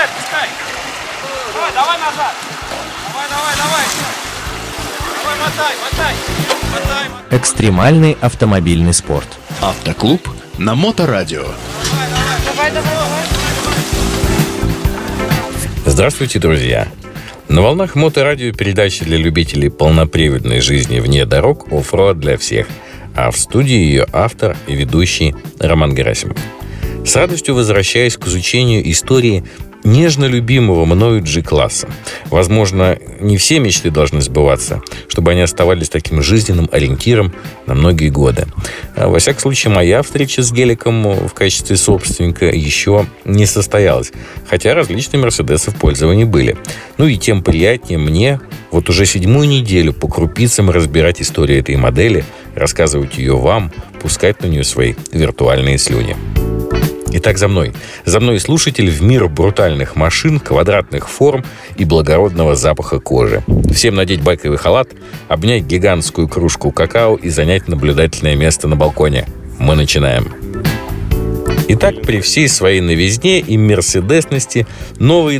отпускай. Давай назад. Давай. Мотай. Экстремальный автомобильный спорт. Автоклуб на Моторадио. Давай. Здравствуйте, друзья! На волнах Моторадио передача для любителей полноприводной жизни вне дорог «Оффроад для всех», а в студии ее автор и ведущий Роман Герасимов. С радостью возвращаюсь к изучению истории нежно любимого мною G-класса. Возможно, не все мечты должны сбываться, чтобы они оставались таким жизненным ориентиром на многие годы. Во всяком случае, моя встреча с геликом в качестве собственника еще не состоялась, хотя различные «Мерседесы» в пользовании были. Ну и тем приятнее мне вот уже 7-ю неделю по крупицам разбирать историю этой модели, рассказывать ее вам, пускать на нее свои виртуальные слюни. Итак, за мной слушатель в мир брутальных машин, квадратных форм и благородного запаха кожи. Всем надеть байковый халат, обнять гигантскую кружку какао и занять наблюдательное место на балконе. Мы начинаем. Итак, при всей своей новизне и мерседесности новый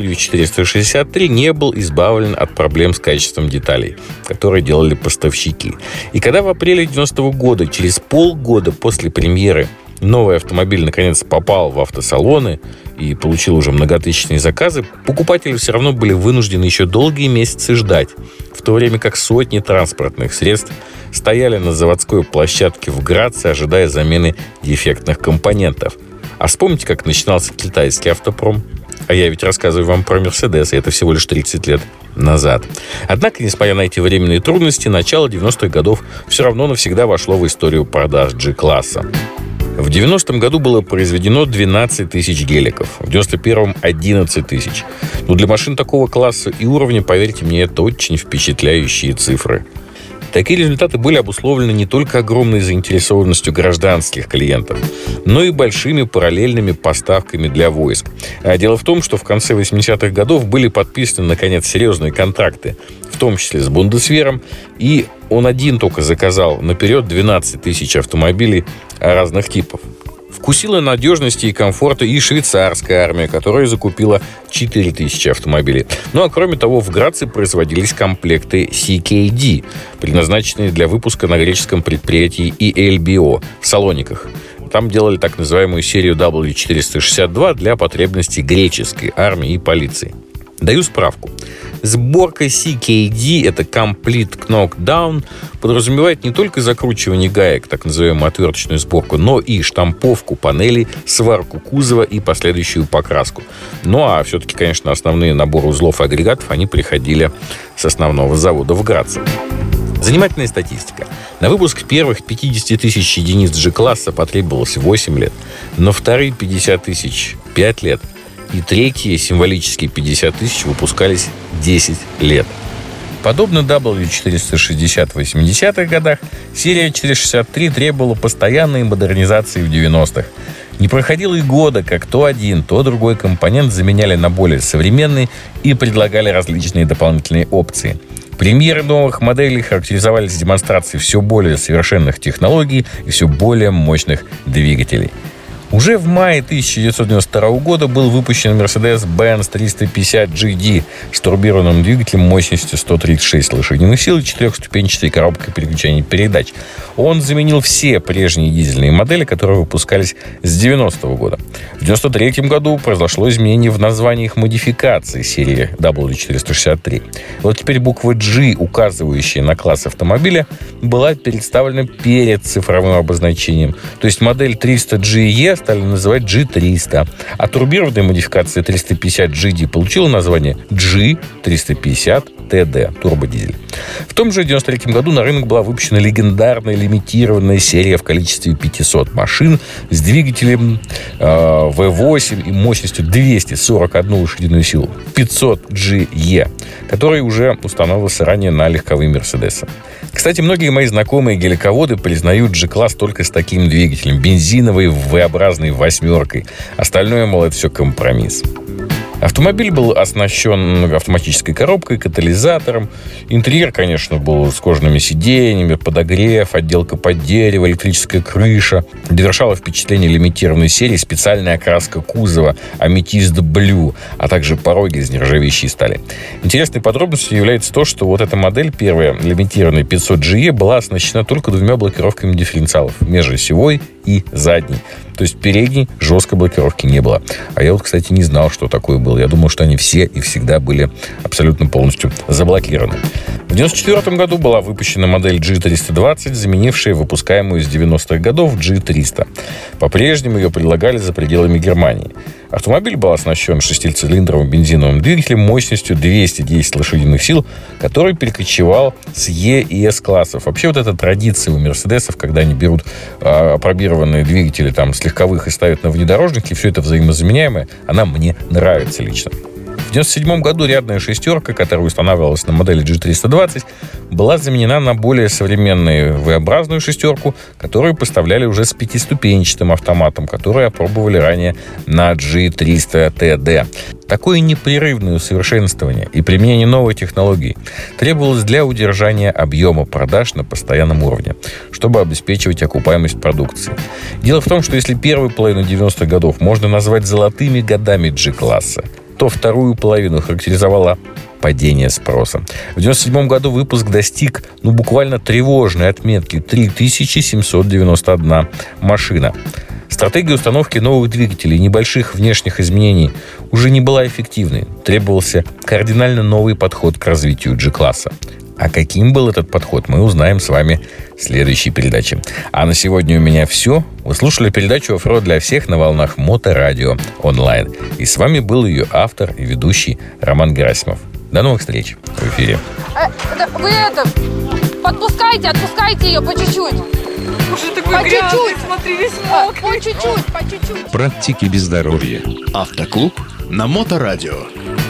W463 не был избавлен от проблем с качеством деталей, которые делали поставщики. И когда в апреле 90-го года, через полгода после премьеры, новый автомобиль наконец попал в автосалоны и получил уже многотысячные заказы, покупатели все равно были вынуждены еще долгие месяцы ждать, в то время как сотни транспортных средств стояли на заводской площадке в Граце, ожидая замены дефектных компонентов. А вспомните, как начинался китайский автопром. А я ведь рассказываю вам про «Мерседес», и это всего лишь 30 лет назад. Однако, несмотря на эти временные трудности, начало 90-х годов все равно навсегда вошло в историю продаж G-класса. В 90-м году было произведено 12 тысяч геликов, в 91-м 11 тысяч. Но для машин такого класса и уровня, поверьте мне, это очень впечатляющие цифры. Такие результаты были обусловлены не только огромной заинтересованностью гражданских клиентов, но и большими параллельными поставками для войск. А дело в том, что в конце 80-х годов были подписаны, наконец, серьезные контракты, в том числе с Бундесвером, и он один только заказал наперед 12 тысяч автомобилей разных типов. Вкусила надежности и комфорта и швейцарская армия, которая закупила 4000 автомобилей. Ну а кроме того, в Граце производились комплекты CKD, предназначенные для выпуска на греческом предприятии ELBO в Салониках. Там делали так называемую серию W462 для потребностей греческой армии и полиции. Даю справку. Сборка CKD, это Complete Knockdown, подразумевает не только закручивание гаек, так называемую отверточную сборку, но и штамповку панелей, сварку кузова и последующую покраску. Ну а все-таки, конечно, основные наборы узлов и агрегатов, они приходили с основного завода в Граце. Занимательная статистика. На выпуск первых 50 тысяч единиц G-класса потребовалось 8 лет, на вторые 50 тысяч – 5 лет, и третьи, символические 50 тысяч, выпускались 10 лет. Подобно W460 в 80-х годах, серия 463 требовала постоянной модернизации в 90-х. Не проходило и года, как то один, то другой компонент заменяли на более современный и предлагали различные дополнительные опции. Премьеры новых моделей характеризовались демонстрацией все более совершенных технологий и все более мощных двигателей. Уже в мае 1992 года был выпущен Mercedes-Benz 350 GD с турбированным двигателем мощностью 136 лошадиных сил и 4-ступенчатой коробкой переключения передач. Он заменил все прежние дизельные модели, которые выпускались с 90-го года. В 1993 году произошло изменение в названиях модификаций серии W463. Вот теперь буква G, указывающая на класс автомобиля, была представлена перед цифровым обозначением. То есть модель 300GE стали называть G300, а турбированная модификация 350 GD получила название G350TD, турбодизель. В том же 1993 году на рынок была выпущена легендарная лимитированная серия в количестве 500 машин с двигателем V8 и мощностью 241 лошадиную силу 500GE, который уже устанавливался ранее на легковые Мерседесы. Кстати, многие мои знакомые гелиководы признают G-класс только с таким двигателем, бензиновой V-образной восьмеркой. Остальное, мол, это все компромисс. Автомобиль был оснащен автоматической коробкой, катализатором. Интерьер, конечно, был с кожаными сиденьями, подогрев, отделка под дерево, электрическая крыша. Довершало впечатление лимитированной серии специальная окраска кузова Amethyst Blue, а также пороги из нержавеющей стали. Интересной подробностью является то, что вот эта модель, первая лимитированная 500GE, была оснащена только двумя блокировками дифференциалов: межосевой и задний. То есть передней жесткой блокировки не было. А я вот, кстати, не знал, что такое было. Я думал, что они все и всегда были абсолютно полностью заблокированы. В 1994 году была выпущена модель G320, заменившая выпускаемую с 90-х годов G300. По-прежнему ее предлагали за пределами Германии. Автомобиль был оснащен 6-цилиндровым бензиновым двигателем мощностью 210 лошадиных сил, который перекочевал с Е и С классов. Вообще вот эта традиция у мерседесов, когда они берут апробированные двигатели там с легковых и ставят на внедорожники, все это взаимозаменяемое, она мне нравится лично. В 1997 году рядная шестерка, которая устанавливалась на модели G320, была заменена на более современную V-образную шестерку, которую поставляли уже с 5-ступенчатым автоматом, который опробовали ранее на G300TD. Такое непрерывное усовершенствование и применение новой технологии требовалось для удержания объема продаж на постоянном уровне, чтобы обеспечивать окупаемость продукции. Дело в том, что если первую половину 90-х годов можно назвать золотыми годами G-класса, то вторую половину характеризовало падение спроса. В 1997 году выпуск достиг буквально тревожной отметки: 3791 машина. Стратегия установки новых двигателей и небольших внешних изменений уже не была эффективной. Требовался кардинально новый подход к развитию G-класса. А каким был этот подход, мы узнаем с вами в следующей передаче. А на сегодня у меня все. Вы слушали передачу «Оффроуд для всех» на волнах Моторадио онлайн. И с вами был ее автор и ведущий Роман Герасимов. До новых встреч в эфире. Вы отпускайте ее по чуть-чуть. Уже такой грязный, смотри, весь мокрый. По чуть-чуть. Практики без здоровья. Автоклуб на Моторадио.